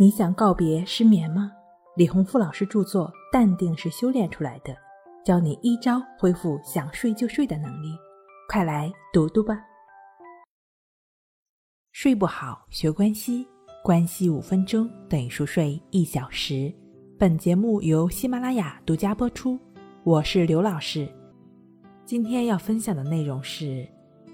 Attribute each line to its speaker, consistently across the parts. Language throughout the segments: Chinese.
Speaker 1: 你想告别失眠吗？李洪富老师著作《淡定是修炼出来的》，教你一招恢复想睡就睡的能力，快来读读吧。睡不好学关息，关息5分钟等于熟睡1小时。本节目由喜马拉雅独家播出，我是刘老师。今天要分享的内容是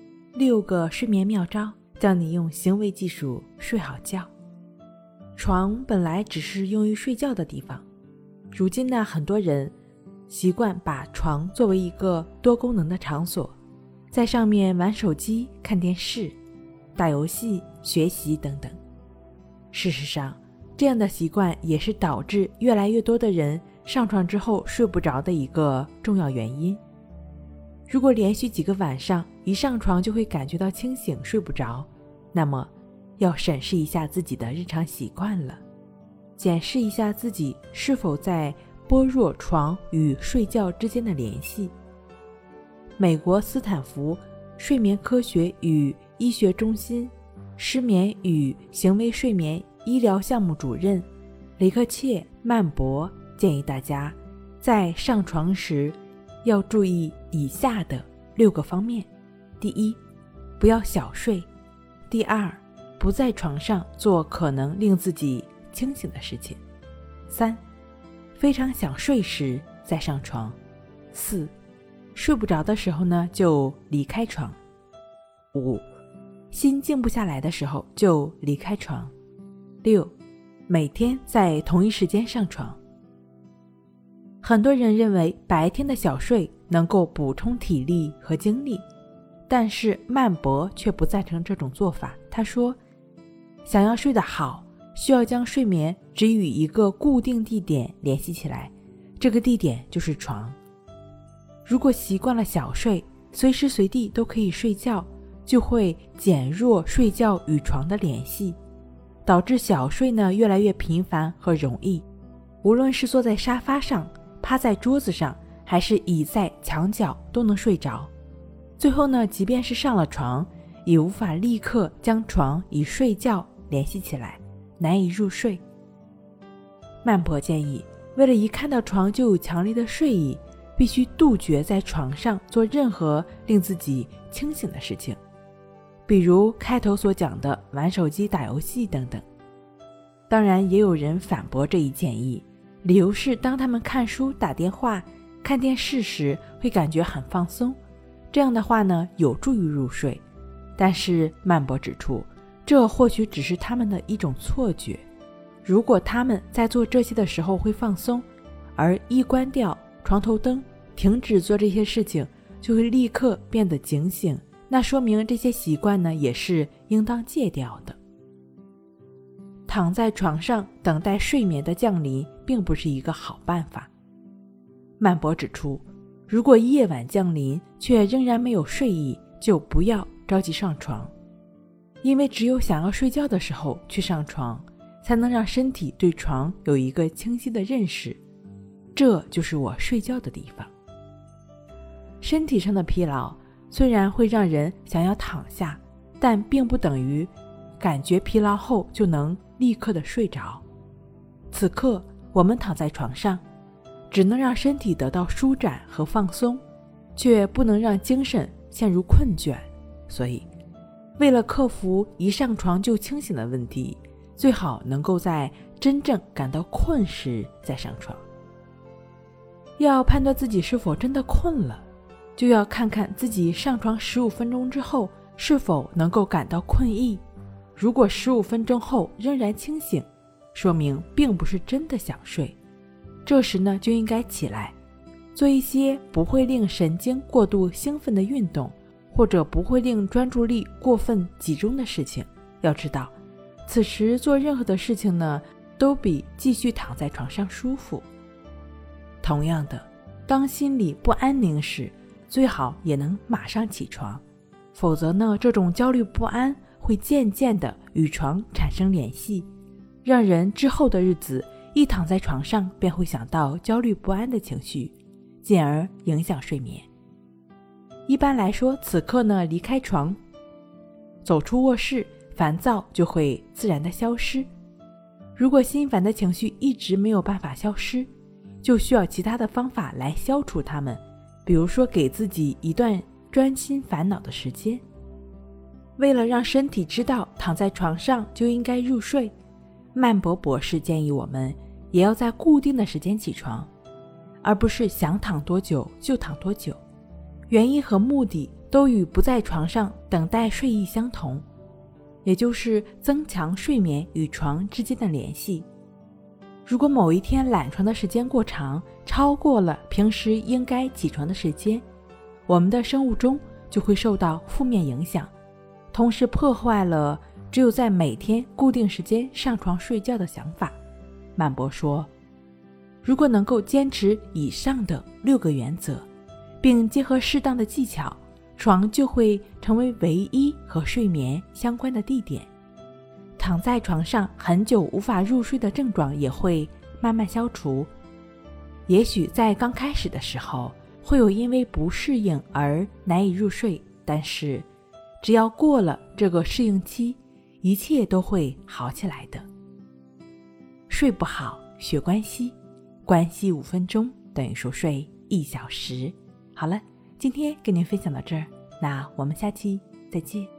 Speaker 1: 6个睡眠妙招，教你用行为技术睡好觉。床本来只是用于睡觉的地方，如今呢，很多人习惯把床作为一个多功能的场所，在上面玩手机、看电视、打游戏、学习等等。事实上，这样的习惯也是导致越来越多的人上床之后睡不着的一个重要原因。如果连续几个晚上一上床就会感觉到清醒睡不着，那么要审视一下自己的日常习惯了，检视一下自己是否在剥弱床与睡觉之间的联系。美国斯坦福睡眠科学与医学中心失眠与行为睡眠医疗项目主任雷克切·曼博建议大家在上床时要注意以下的6个方面。第一，不要小睡。第二，不在床上做可能令自己清醒的事情。3，非常想睡时再上床。4，睡不着的时候呢就离开床。5，心静不下来的时候就离开床。6，每天在同一时间上床。很多人认为白天的小睡能够补充体力和精力，但是曼博却不赞成这种做法。他说，想要睡得好，需要将睡眠只与一个固定地点联系起来，这个地点就是床。如果习惯了小睡，随时随地都可以睡觉，就会减弱睡觉与床的联系，导致小睡呢越来越频繁和容易。无论是坐在沙发上、趴在桌子上，还是倚在墙角，都能睡着。最后呢，即便是上了床，也无法立刻将床与睡觉联系起来，难以入睡。曼博建议，为了一看到床就有强烈的睡意，必须杜绝在床上做任何令自己清醒的事情，比如开头所讲的玩手机、打游戏等等。当然，也有人反驳这一建议，理由是当他们看书、打电话、看电视时会感觉很放松，这样的话呢，有助于入睡。但是曼博指出，这或许只是他们的一种错觉。如果他们在做这些的时候会放松，而一关掉床头灯，停止做这些事情，就会立刻变得警醒，那说明这些习惯呢也是应当戒掉的。躺在床上等待睡眠的降临并不是一个好办法。曼博指出，如果夜晚降临却仍然没有睡意，就不要着急上床，因为只有想要睡觉的时候去上床，才能让身体对床有一个清晰的认识，这就是我睡觉的地方。身体上的疲劳虽然会让人想要躺下，但并不等于感觉疲劳后就能立刻的睡着。此刻我们躺在床上，只能让身体得到舒展和放松，却不能让精神陷入困倦。所以为了克服一上床就清醒的问题，最好能够在真正感到困时再上床。要判断自己是否真的困了，就要看看自己上床15分钟之后是否能够感到困意。如果15分钟后仍然清醒，说明并不是真的想睡。这时呢，就应该起来，做一些不会令神经过度兴奋的运动，或者不会令专注力过分集中的事情。要知道，此时做任何的事情呢，都比继续躺在床上舒服。同样的，当心里不安宁时，最好也能马上起床，否则呢，这种焦虑不安会渐渐地与床产生联系，让人之后的日子一躺在床上便会想到焦虑不安的情绪，进而影响睡眠。一般来说，此刻呢，离开床，走出卧室，烦躁就会自然的消失。 如果心烦的情绪一直没有办法消失，就需要其他的方法来消除它们，比如说给自己一段专心烦恼的时间。为了让身体知道躺在床上就应该入睡，曼博博士建议我们也要在固定的时间起床，而不是想躺多久就躺多久。原因和目的都与不在床上等待睡意相同，也就是增强睡眠与床之间的联系。如果某一天懒床的时间过长，超过了平时应该起床的时间，我们的生物钟就会受到负面影响，同时破坏了只有在每天固定时间上床睡觉的想法。曼博说，如果能够坚持以上的6个原则，并结合适当的技巧，床就会成为唯一和睡眠相关的地点。躺在床上很久无法入睡的症状也会慢慢消除。也许在刚开始的时候会有因为不适应而难以入睡，但是只要过了这个适应期，一切都会好起来的。睡不好学关系，关系5分钟等于熟睡1小时。好了，今天跟您分享到这儿，那我们下期再见。